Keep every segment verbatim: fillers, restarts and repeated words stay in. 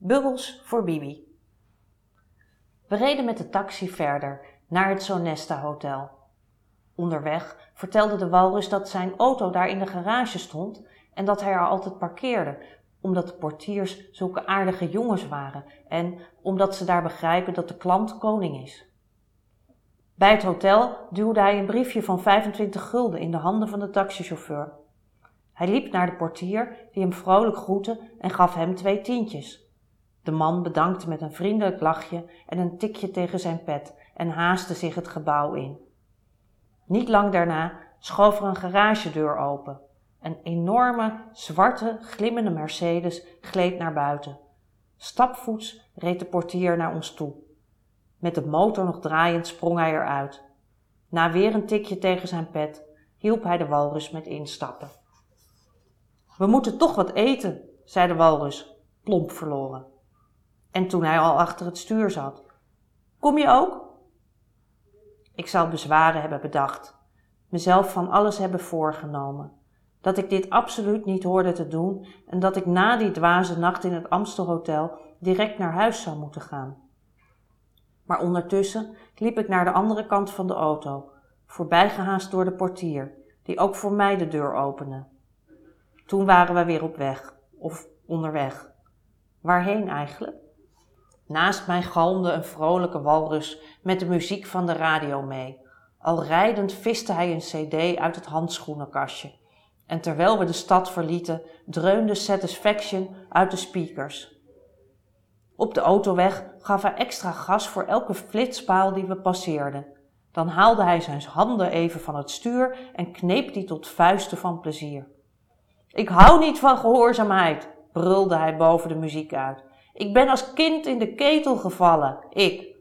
Bubbels voor Bibi. We reden met de taxi verder naar het Sonesta Hotel. Onderweg vertelde de walrus dat zijn auto daar in de garage stond en dat hij er altijd parkeerde, omdat de portiers zulke aardige jongens waren en omdat ze daar begrijpen dat de klant koning is. Bij het hotel duwde hij een briefje van vijfentwintig gulden in de handen van de taxichauffeur. Hij liep naar de portier die hem vrolijk groette en gaf hem twee tientjes. De man bedankte met een vriendelijk lachje en een tikje tegen zijn pet en haastte zich het gebouw in. Niet lang daarna schoof er een garagedeur open. Een enorme, zwarte, glimmende Mercedes gleed naar buiten. Stapvoets reed de portier naar ons toe. Met de motor nog draaiend sprong hij eruit. Na weer een tikje tegen zijn pet hielp hij de walrus met instappen. We moeten toch wat eten, zei de walrus, plomp verloren. En toen hij al achter het stuur zat. Kom je ook? Ik zou bezwaren hebben bedacht, mezelf van alles hebben voorgenomen, dat ik dit absoluut niet hoorde te doen en dat ik na die dwaze nacht in het Amstelhotel direct naar huis zou moeten gaan. Maar ondertussen liep ik naar de andere kant van de auto, voorbijgehaast door de portier, die ook voor mij de deur opende. Toen waren we weer op weg, of onderweg. Waarheen eigenlijk? Naast mij galmde een vrolijke walrus met de muziek van de radio mee. Al rijdend viste hij een cd uit het handschoenenkastje. En terwijl we de stad verlieten, dreunde Satisfaction uit de speakers. Op de autoweg gaf hij extra gas voor elke flitspaal die we passeerden. Dan haalde hij zijn handen even van het stuur en kneep die tot vuisten van plezier. Ik hou niet van gehoorzaamheid, brulde hij boven de muziek uit. Ik ben als kind in de ketel gevallen, ik.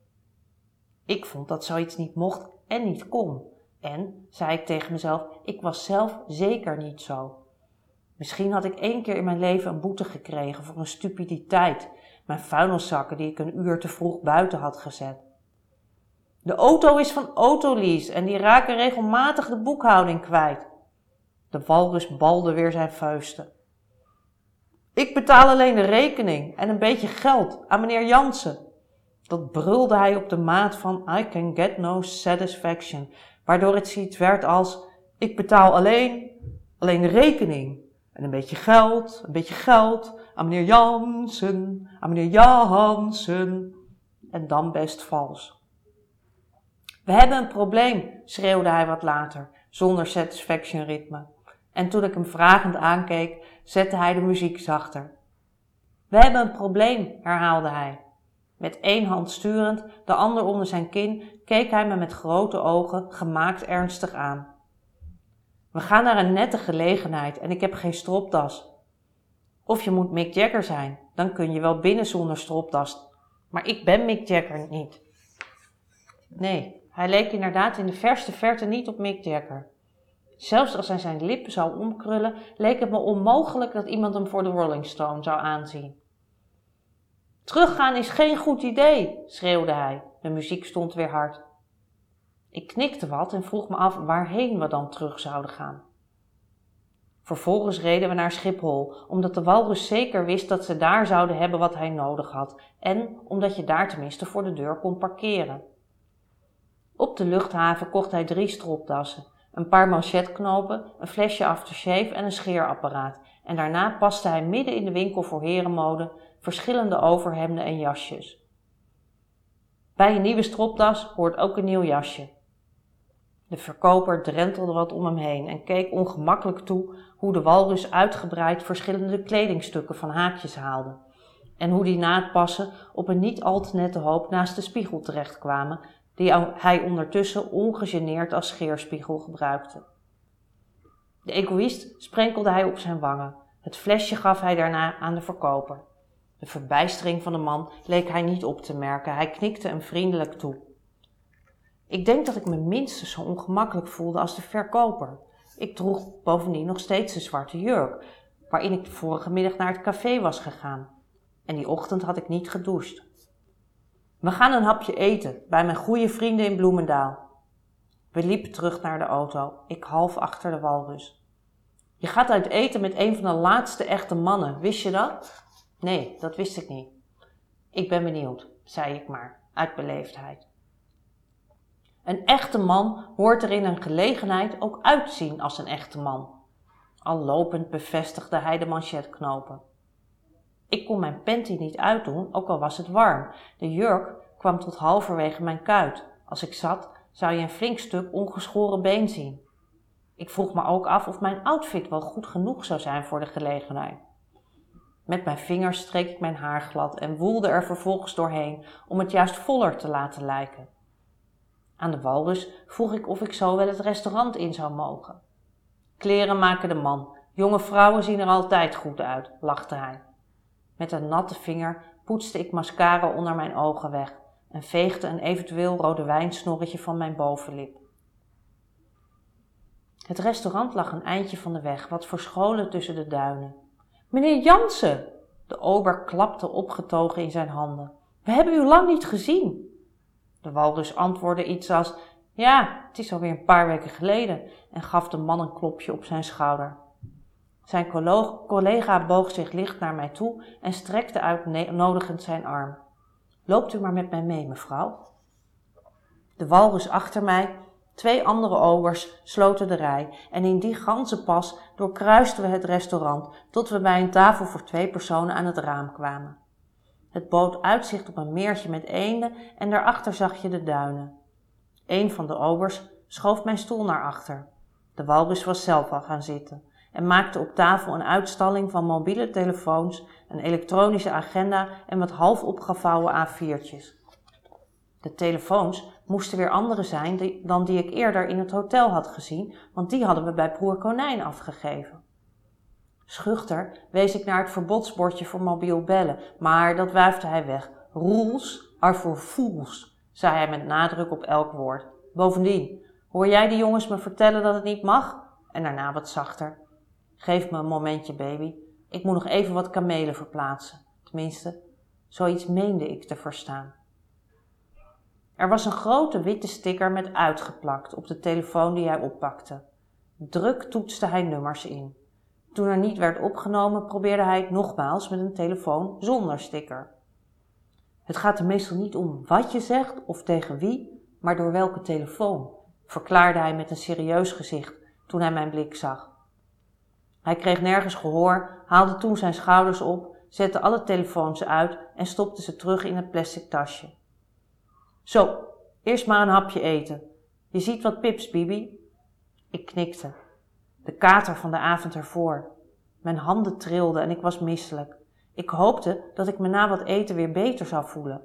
Ik vond dat zoiets niet mocht en niet kon. En, zei ik tegen mezelf, ik was zelf zeker niet zo. Misschien had ik één keer in mijn leven een boete gekregen voor een stupiditeit, mijn vuilniszakken die ik een uur te vroeg buiten had gezet. De auto is van Autolease en die raken regelmatig de boekhouding kwijt. De walrus balde weer zijn vuisten. Ik betaal alleen de rekening en een beetje geld aan meneer Jansen. Dat brulde hij op de maat van I can get no satisfaction, waardoor het zoiets werd als ik betaal alleen, alleen de rekening en een beetje geld, een beetje geld aan meneer Jansen, aan meneer Jansen en dan best vals. We hebben een probleem, schreeuwde hij wat later, zonder satisfaction ritme. En toen ik hem vragend aankeek, zette hij de muziek zachter. We hebben een probleem, herhaalde hij. Met één hand sturend, de ander onder zijn kin, keek hij me met grote ogen gemaakt ernstig aan. We gaan naar een nette gelegenheid en ik heb geen stropdas. Of je moet Mick Jagger zijn, dan kun je wel binnen zonder stropdas. Maar ik ben Mick Jagger niet. Nee, hij leek inderdaad in de verste verte niet op Mick Jagger. Zelfs als hij zijn lippen zou omkrullen, leek het me onmogelijk dat iemand hem voor de Rolling Stone zou aanzien. Teruggaan is geen goed idee, schreeuwde hij. De muziek stond weer hard. Ik knikte wat en vroeg me af waarheen we dan terug zouden gaan. Vervolgens reden we naar Schiphol, omdat de walrus zeker wist dat ze daar zouden hebben wat hij nodig had en omdat je daar tenminste voor de deur kon parkeren. Op de luchthaven kocht hij drie stropdassen, een paar manchetknopen, een flesje aftershave en een scheerapparaat. En daarna paste hij midden in de winkel voor herenmode verschillende overhemden en jasjes. Bij een nieuwe stropdas hoort ook een nieuw jasje. De verkoper drentelde wat om hem heen en keek ongemakkelijk toe hoe de walrus uitgebreid verschillende kledingstukken van haakjes haalde. En hoe die na het passen op een niet al te nette hoop naast de spiegel terechtkwamen, die hij ondertussen ongegeneerd als scheerspiegel gebruikte. De egoïst sprenkelde hij op zijn wangen. Het flesje gaf hij daarna aan de verkoper. De verbijstering van de man leek hij niet op te merken. Hij knikte hem vriendelijk toe. Ik denk dat ik me minstens zo ongemakkelijk voelde als de verkoper. Ik droeg bovendien nog steeds een zwarte jurk, waarin ik de vorige middag naar het café was gegaan. En die ochtend had ik niet gedoucht. We gaan een hapje eten bij mijn goede vrienden in Bloemendaal. We liepen terug naar de auto, ik half achter de walrus. Je gaat uit eten met een van de laatste echte mannen, wist je dat? Nee, dat wist ik niet. Ik ben benieuwd, zei ik maar, uit beleefdheid. Een echte man hoort er in een gelegenheid ook uitzien als een echte man. Al lopend bevestigde hij de manchetknopen. Ik kon mijn panty niet uitdoen, ook al was het warm. De jurk kwam tot halverwege mijn kuit. Als ik zat, zou je een flink stuk ongeschoren been zien. Ik vroeg me ook af of mijn outfit wel goed genoeg zou zijn voor de gelegenheid. Met mijn vingers streek ik mijn haar glad en woelde er vervolgens doorheen om het juist voller te laten lijken. Aan de walrus vroeg ik of ik zo wel het restaurant in zou mogen. Kleren maken de man. Jonge vrouwen zien er altijd goed uit, lachte hij. Met een natte vinger poetste ik mascara onder mijn ogen weg en veegde een eventueel rode wijnsnorretje van mijn bovenlip. Het restaurant lag een eindje van de weg, wat verscholen tussen de duinen. Meneer Jansen! De ober klapte opgetogen in zijn handen. We hebben u lang niet gezien. De walrus antwoordde iets als, ja, het is alweer een paar weken geleden, en gaf de man een klopje op zijn schouder. Zijn collega boog zich licht naar mij toe en strekte uitnodigend zijn arm. Loopt u maar met mij mee, mevrouw. De walrus achter mij, twee andere obers sloten de rij en in die ganzenpas doorkruisten we het restaurant tot we bij een tafel voor twee personen aan het raam kwamen. Het bood uitzicht op een meertje met eenden en daarachter zag je de duinen. Een van de obers schoof mijn stoel naar achter. De walrus was zelf al gaan zitten en maakte op tafel een uitstalling van mobiele telefoons, een elektronische agenda en wat half opgevouwen A viertjes. De telefoons moesten weer andere zijn die, dan die ik eerder in het hotel had gezien, want die hadden we bij broer Konijn afgegeven. Schuchter wees ik naar het verbodsbordje voor mobiel bellen, maar dat wuifde hij weg. Rules are for fools, zei hij met nadruk op elk woord. Bovendien, hoor jij die jongens me vertellen dat het niet mag? En daarna wat zachter. Geef me een momentje, baby. Ik moet nog even wat kamelen verplaatsen. Tenminste, zoiets meende ik te verstaan. Er was een grote witte sticker met uitgeplakt op de telefoon die hij oppakte. Druk toetste hij nummers in. Toen er niet werd opgenomen, probeerde hij het nogmaals met een telefoon zonder sticker. Het gaat er meestal niet om wat je zegt of tegen wie, maar door welke telefoon, verklaarde hij met een serieus gezicht toen hij mijn blik zag. Hij kreeg nergens gehoor, haalde toen zijn schouders op, zette alle telefoons uit en stopte ze terug in het plastic tasje. Zo, eerst maar een hapje eten. Je ziet wat pips, Bibi. Ik knikte. De kater van de avond ervoor. Mijn handen trilden en ik was misselijk. Ik hoopte dat ik me na wat eten weer beter zou voelen.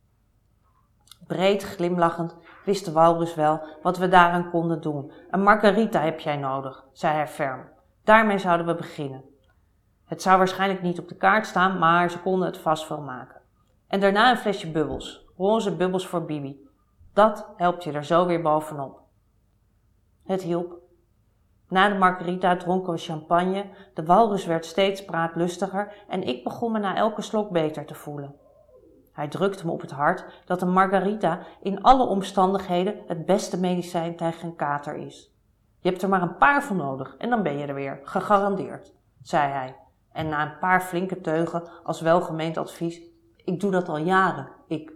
Breed glimlachend wist de walrus wel wat we daaraan konden doen. Een margarita heb jij nodig, zei hij ferm. Daarmee zouden we beginnen. Het zou waarschijnlijk niet op de kaart staan, maar ze konden het vast wel maken. En daarna een flesje bubbels. Roze bubbels voor Bibi. Dat helpt je er zo weer bovenop. Het hielp. Na de margarita dronken we champagne, de walrus werd steeds praatlustiger en ik begon me na elke slok beter te voelen. Hij drukte me op het hart dat een margarita in alle omstandigheden het beste medicijn tegen een kater is. Je hebt er maar een paar van nodig en dan ben je er weer, gegarandeerd, zei hij. En na een paar flinke teugen als welgemeend advies, ik doe dat al jaren, ik.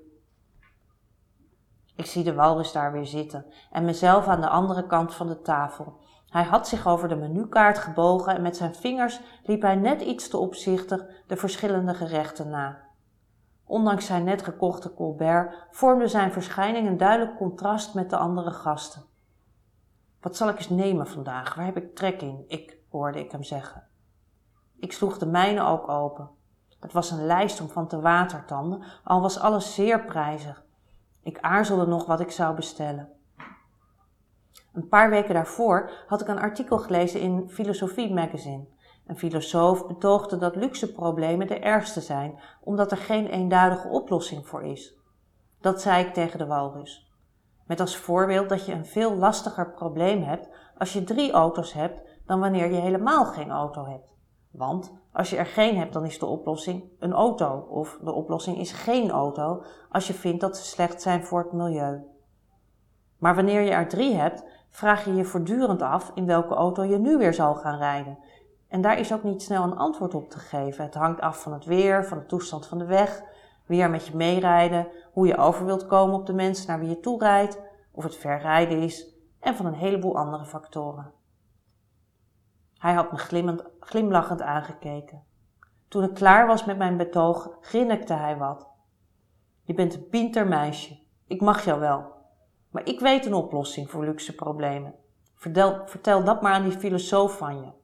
Ik zie de walrus daar weer zitten en mezelf aan de andere kant van de tafel. Hij had zich over de menukaart gebogen en met zijn vingers liep hij net iets te opzichtig de verschillende gerechten na. Ondanks zijn net gekochte Colbert vormde zijn verschijning een duidelijk contrast met de andere gasten. Wat zal ik eens nemen vandaag? Waar heb ik trek in? Ik, hoorde ik hem zeggen. Ik sloeg de mijne ook open. Het was een lijst om van te watertanden, al was alles zeer prijzig. Ik aarzelde nog wat ik zou bestellen. Een paar weken daarvoor had ik een artikel gelezen in Philosophie Magazine. Een filosoof betoogde dat luxe problemen de ergste zijn, omdat er geen eenduidige oplossing voor is. Dat zei ik tegen de walrus. Met als voorbeeld dat je een veel lastiger probleem hebt als je drie auto's hebt dan wanneer je helemaal geen auto hebt. Want als je er geen hebt, dan is de oplossing een auto, of de oplossing is geen auto als je vindt dat ze slecht zijn voor het milieu. Maar wanneer je er drie hebt, vraag je je voortdurend af in welke auto je nu weer zal gaan rijden. En daar is ook niet snel een antwoord op te geven. Het hangt af van het weer, van de toestand van de weg, wie er met je meerijden, hoe je over wilt komen op de mensen naar wie je toe rijdt, of het ver rijden is en van een heleboel andere factoren. Hij had me glimmend, glimlachend aangekeken. Toen ik klaar was met mijn betoog, grinnikte hij wat. Je bent een pinter meisje, ik mag jou wel, maar ik weet een oplossing voor luxe problemen. Vertel, vertel dat maar aan die filosoof van je.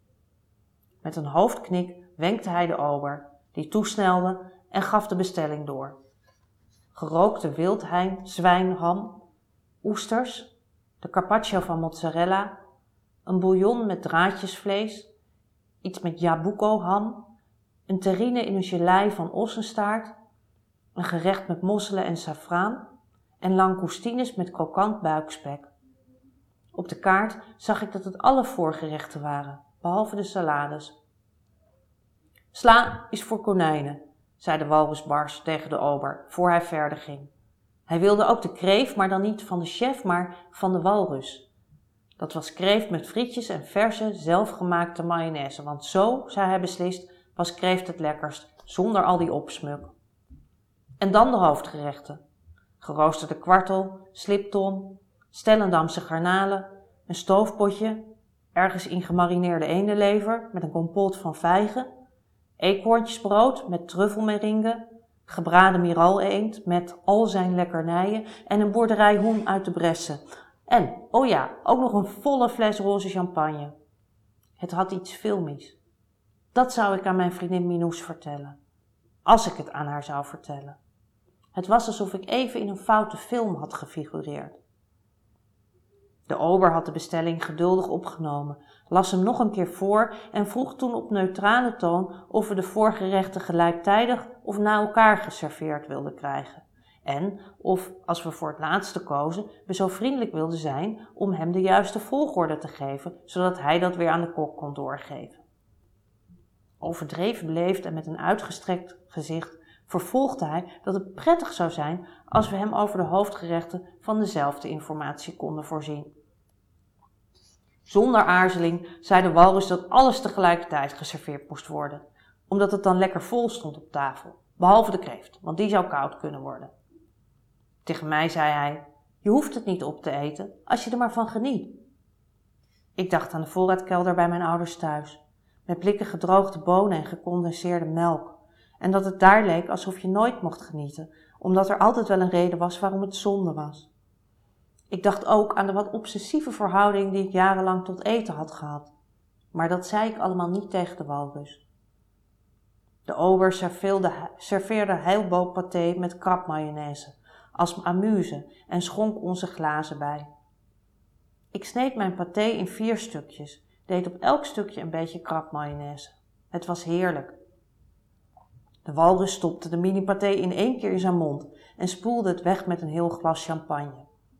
Met een hoofdknik wenkte hij de ober, die toesnelde en gaf de bestelling door. Gerookte wildhein, zwijn, ham, oesters, de carpaccio van mozzarella, een bouillon met draadjesvlees, iets met jabuco ham, een terrine in een gelei van ossenstaart, een gerecht met mosselen en saffraan en langoustines met krokant buikspek. Op de kaart zag ik dat het alle voorgerechten waren, behalve de salades. Sla is voor konijnen, zei de walrus bars tegen de ober, voor hij verder ging. Hij wilde ook de kreeft, maar dan niet van de chef, maar van de walrus. Dat was kreeft met frietjes en verse, zelfgemaakte mayonaise, want zo, zei hij beslist, was kreeft het lekkerst, zonder al die opsmuk. En dan de hoofdgerechten. Geroosterde kwartel, slipton, Stellendamse garnalen, een stoofpotje, ergens in gemarineerde eendenlever met een kompot van vijgen, eekhoorntjesbrood met truffelmeringue, gebraden miraleend met al zijn lekkernijen en een boerderij hoen uit de Bresse. En, oh ja, ook nog een volle fles roze champagne. Het had iets filmisch. Dat zou ik aan mijn vriendin Minoes vertellen. Als ik het aan haar zou vertellen. Het was alsof ik even in een foute film had gefigureerd. De ober had de bestelling geduldig opgenomen, las hem nog een keer voor en vroeg toen op neutrale toon of we de voorgerechten gelijktijdig of na elkaar geserveerd wilden krijgen. En of, als we voor het laatste kozen, we zo vriendelijk wilden zijn om hem de juiste volgorde te geven, zodat hij dat weer aan de kok kon doorgeven. Overdreven beleefd en met een uitgestrekt gezicht vervolgde hij dat het prettig zou zijn als we hem over de hoofdgerechten van dezelfde informatie konden voorzien. Zonder aarzeling zei de walrus dat alles tegelijkertijd geserveerd moest worden, omdat het dan lekker vol stond op tafel, behalve de kreeft, want die zou koud kunnen worden. Tegen mij zei hij, je hoeft het niet op te eten, als je er maar van geniet. Ik dacht aan de voorraadkelder bij mijn ouders thuis, met blikken gedroogde bonen en gecondenseerde melk, en dat het daar leek alsof je nooit mocht genieten, omdat er altijd wel een reden was waarom het zonde was. Ik dacht ook aan de wat obsessieve verhouding die ik jarenlang tot eten had gehad, maar dat zei ik allemaal niet tegen de walrus. De ober serveerde heilboot paté met krabmayonaise als amuse en schonk onze glazen bij. Ik sneed mijn paté in vier stukjes, deed op elk stukje een beetje krabmayonaise. Het was heerlijk. De walrus stopte de mini-paté in één keer in zijn mond en spoelde het weg met een heel glas champagne.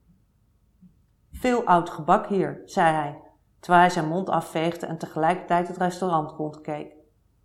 Veel oud gebak hier, zei hij, terwijl hij zijn mond afveegde en tegelijkertijd het restaurant rondkeek.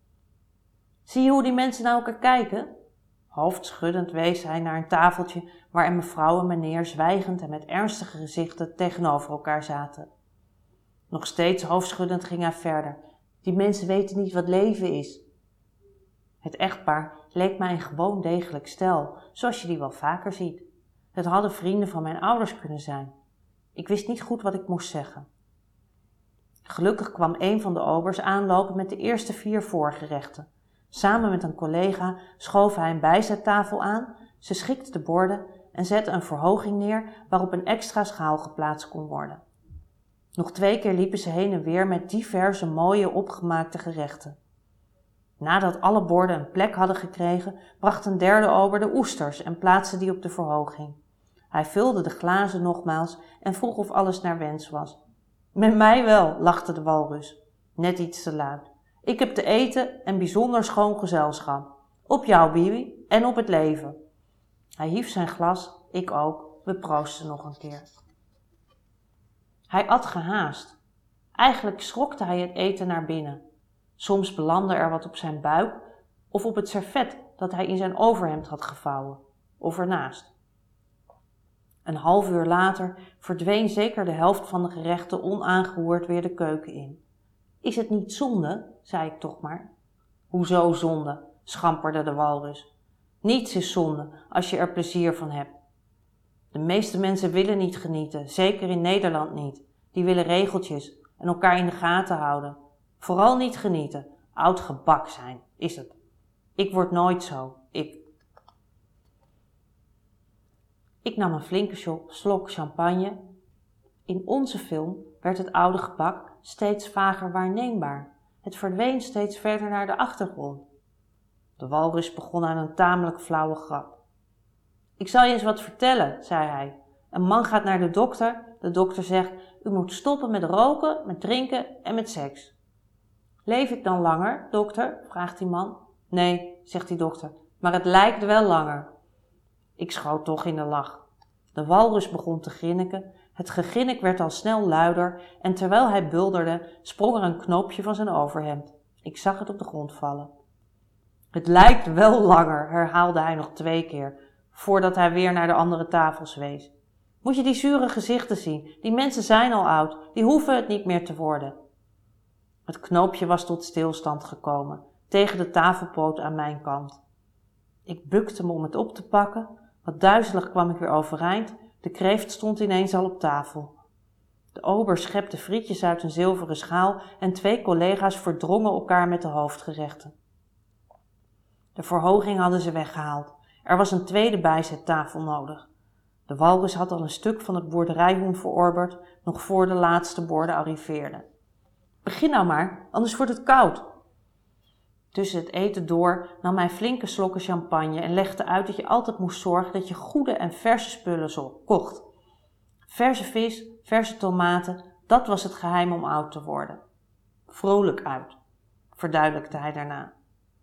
Zie je hoe die mensen naar elkaar kijken? Hoofdschuddend wees hij naar een tafeltje waar een mevrouw en meneer zwijgend en met ernstige gezichten tegenover elkaar zaten. Nog steeds hoofdschuddend ging hij verder. Die mensen weten niet wat leven is. Het echtpaar leek mij een gewoon degelijk stel, zoals je die wel vaker ziet. Het hadden vrienden van mijn ouders kunnen zijn. Ik wist niet goed wat ik moest zeggen. Gelukkig kwam een van de obers aanlopen met de eerste vier voorgerechten. Samen met een collega schoof hij een bijzettafel aan, ze schikte de borden en zette een verhoging neer waarop een extra schaal geplaatst kon worden. Nog twee keer liepen ze heen en weer met diverse mooie opgemaakte gerechten. Nadat alle borden een plek hadden gekregen, bracht een derde ober de oesters en plaatste die op de verhoging. Hij vulde de glazen nogmaals en vroeg of alles naar wens was. Met mij wel, lachte de walrus, net iets te luid. Ik heb te eten en bijzonder schoon gezelschap. Op jou, Bibi, en op het leven. Hij hief zijn glas, ik ook, we proosten nog een keer. Hij at gehaast. Eigenlijk schrokte hij het eten naar binnen. Soms belandde er wat op zijn buik of op het servet dat hij in zijn overhemd had gevouwen, of ernaast. Een half uur later verdween zeker de helft van de gerechten onaangeroerd weer de keuken in. Is het niet zonde, zei ik toch maar. Hoezo zonde, schamperde de walrus. Niets is zonde als je er plezier van hebt. De meeste mensen willen niet genieten, zeker in Nederland niet. Die willen regeltjes en elkaar in de gaten houden. Vooral niet genieten, oud gebak zijn, is het. Ik word nooit zo, ik. Ik nam een flinke slok champagne. In onze film werd het oude gebak steeds vager waarneembaar. Het verdween steeds verder naar de achtergrond. De walrus begon aan een tamelijk flauwe grap. Ik zal je eens wat vertellen, zei hij. Een man gaat naar de dokter. De dokter zegt, u moet stoppen met roken, met drinken en met seks. Leef ik dan langer, dokter? Vraagt die man. Nee, zegt die dokter, maar het lijkt wel langer. Ik schoot toch in de lach. De walrus begon te grinniken. Het gegrinnik werd al snel luider en terwijl hij bulderde, sprong er een knoopje van zijn overhemd. Ik zag het op de grond vallen. Het lijkt wel langer, herhaalde hij nog twee keer, voordat hij weer naar de andere tafels wees. Moet je die zure gezichten zien, die mensen zijn al oud, die hoeven het niet meer te worden. Het knoopje was tot stilstand gekomen, tegen de tafelpoot aan mijn kant. Ik bukte me om het op te pakken, wat duizelig kwam ik weer overeind, de kreeft stond ineens al op tafel. De ober schepte frietjes uit een zilveren schaal en twee collega's verdrongen elkaar met de hoofdgerechten. De verhoging hadden ze weggehaald. Er was een tweede bijzettafel nodig. De walrus had al een stuk van het boerderijhoen verorberd, nog voor de laatste borden arriveerden. Begin nou maar, anders wordt het koud. Tussen het eten door nam hij flinke slokken champagne en legde uit dat je altijd moest zorgen dat je goede en verse spullen zo kocht. Verse vis, verse tomaten, dat was het geheim om oud te worden. Vrolijk uit, verduidelijkte hij daarna.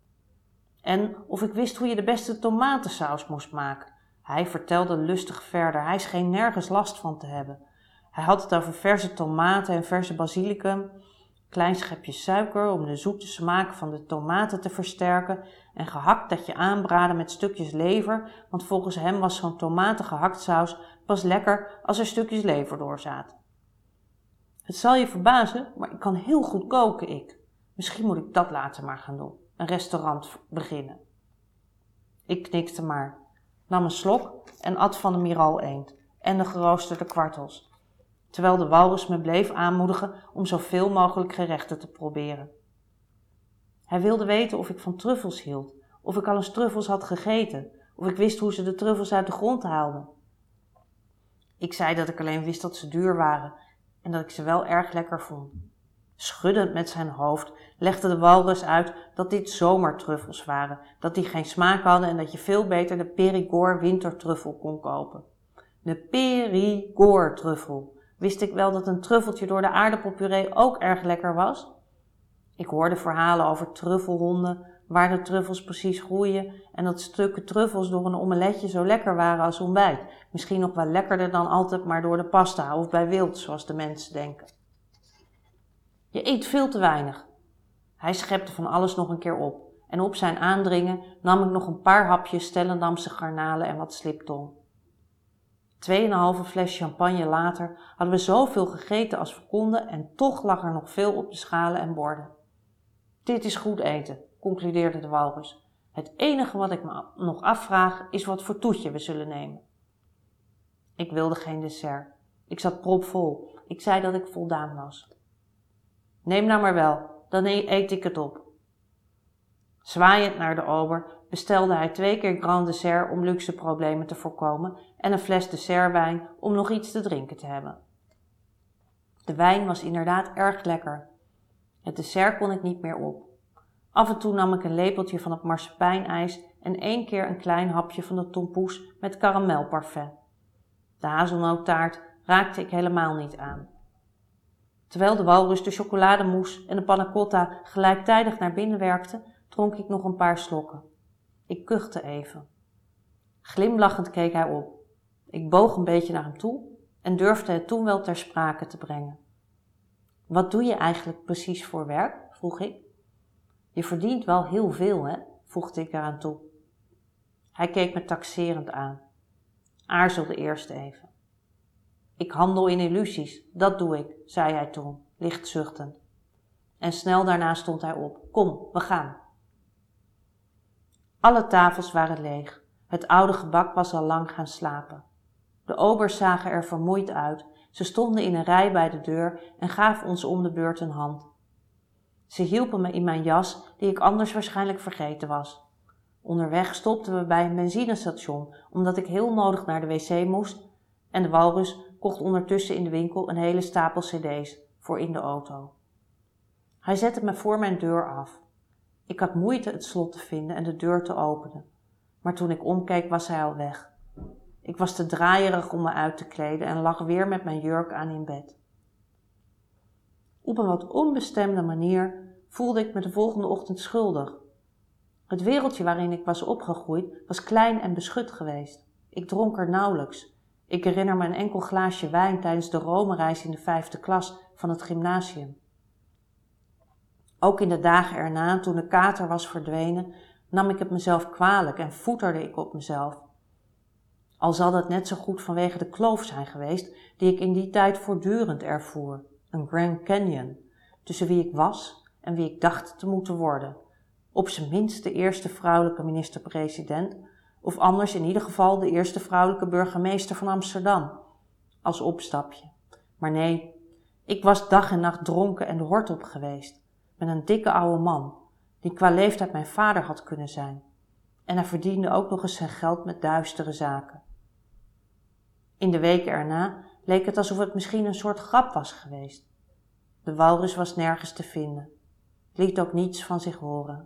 En of ik wist hoe je de beste tomatensaus moest maken. Hij vertelde lustig verder, hij scheen nergens last van te hebben. Hij had het over verse tomaten en verse basilicum, klein schepje suiker om de zoete smaak van de tomaten te versterken en gehakt dat je aanbraden met stukjes lever, want volgens hem was zo'n tomatengehaktsaus pas lekker als er stukjes lever door zaten. Het zal je verbazen, maar ik kan heel goed koken, ik. Misschien moet ik dat later maar gaan doen, een restaurant beginnen. Ik knikte maar, nam een slok en at van de Miral eend en de geroosterde kwartels, terwijl de walrus me bleef aanmoedigen om zoveel mogelijk gerechten te proberen. Hij wilde weten of ik van truffels hield, of ik al eens truffels had gegeten, of ik wist hoe ze de truffels uit de grond haalden. Ik zei dat ik alleen wist dat ze duur waren en dat ik ze wel erg lekker vond. Schuddend met zijn hoofd legde de walrus uit dat dit zomertruffels waren, dat die geen smaak hadden en dat je veel beter de Périgord wintertruffel kon kopen. De Périgord truffel. Wist ik wel dat een truffeltje door de aardappelpuree ook erg lekker was? Ik hoorde verhalen over truffelhonden, waar de truffels precies groeien en dat stukken truffels door een omeletje zo lekker waren als ontbijt. Misschien nog wel lekkerder dan altijd maar door de pasta of bij wild, zoals de mensen denken. Je eet veel te weinig. Hij schepte van alles nog een keer op en op zijn aandringen nam ik nog een paar hapjes Stellendamse garnalen en wat sliptong. Tweeënhalve fles champagne later hadden we zoveel gegeten als we konden en toch lag er nog veel op de schalen en borden. Dit is goed eten, concludeerde de walrus. Het enige wat ik me nog afvraag is wat voor toetje we zullen nemen. Ik wilde geen dessert. Ik zat propvol. Ik zei dat ik voldaan was. Neem nou maar wel, dan eet ik het op. Zwaaiend naar de ober bestelde hij twee keer grand dessert om luxe problemen te voorkomen en een fles dessertwijn om nog iets te drinken te hebben. De wijn was inderdaad erg lekker. Het dessert kon ik niet meer op. Af en toe nam ik een lepeltje van het marsepeinijs en één keer een klein hapje van de tompoes met karamelparfum. De hazelnoottaart raakte ik helemaal niet aan. Terwijl de walrus de chocolademousse en de panna cotta gelijktijdig naar binnen werkten, dronk ik nog een paar slokken. Ik kuchte even. Glimlachend keek hij op. Ik boog een beetje naar hem toe en durfde het toen wel ter sprake te brengen. Wat doe je eigenlijk precies voor werk? Vroeg ik. Je verdient wel heel veel, hè? Voegde ik eraan toe. Hij keek me taxerend aan. Aarzelde eerst even. Ik handel in illusies, dat doe ik, zei hij toen, licht zuchtend. En snel daarna stond hij op. Kom, we gaan. Alle tafels waren leeg. Het oude gebak was al lang gaan slapen. De obers zagen er vermoeid uit. Ze stonden in een rij bij de deur en gaven ons om de beurt een hand. Ze hielpen me in mijn jas, die ik anders waarschijnlijk vergeten was. Onderweg stopten we bij een benzinestation, omdat ik heel nodig naar de wc moest, en de walrus kocht ondertussen in de winkel een hele stapel cd's voor in de auto. Hij zette me voor mijn deur af. Ik had moeite het slot te vinden en de deur te openen, maar toen ik omkeek was hij al weg. Ik was te draaierig om me uit te kleden en lag weer met mijn jurk aan in bed. Op een wat onbestemde manier voelde ik me de volgende ochtend schuldig. Het wereldje waarin ik was opgegroeid was klein en beschut geweest. Ik dronk er nauwelijks. Ik herinner me een enkel glaasje wijn tijdens de Rome-reis in de vijfde klas van het gymnasium. Ook in de dagen erna, toen de kater was verdwenen, nam ik het mezelf kwalijk en voeterde ik op mezelf. Al zal dat net zo goed vanwege de kloof zijn geweest die ik in die tijd voortdurend ervoer, een Grand Canyon, tussen wie ik was en wie ik dacht te moeten worden. Op zijn minst de eerste vrouwelijke minister-president, of anders in ieder geval de eerste vrouwelijke burgemeester van Amsterdam, als opstapje. Maar nee, ik was dag en nacht dronken en de hort op geweest, met een dikke oude man, die qua leeftijd mijn vader had kunnen zijn. En hij verdiende ook nog eens zijn geld met duistere zaken. In de weken erna leek het alsof het misschien een soort grap was geweest. De walrus was nergens te vinden, liet ook niets van zich horen.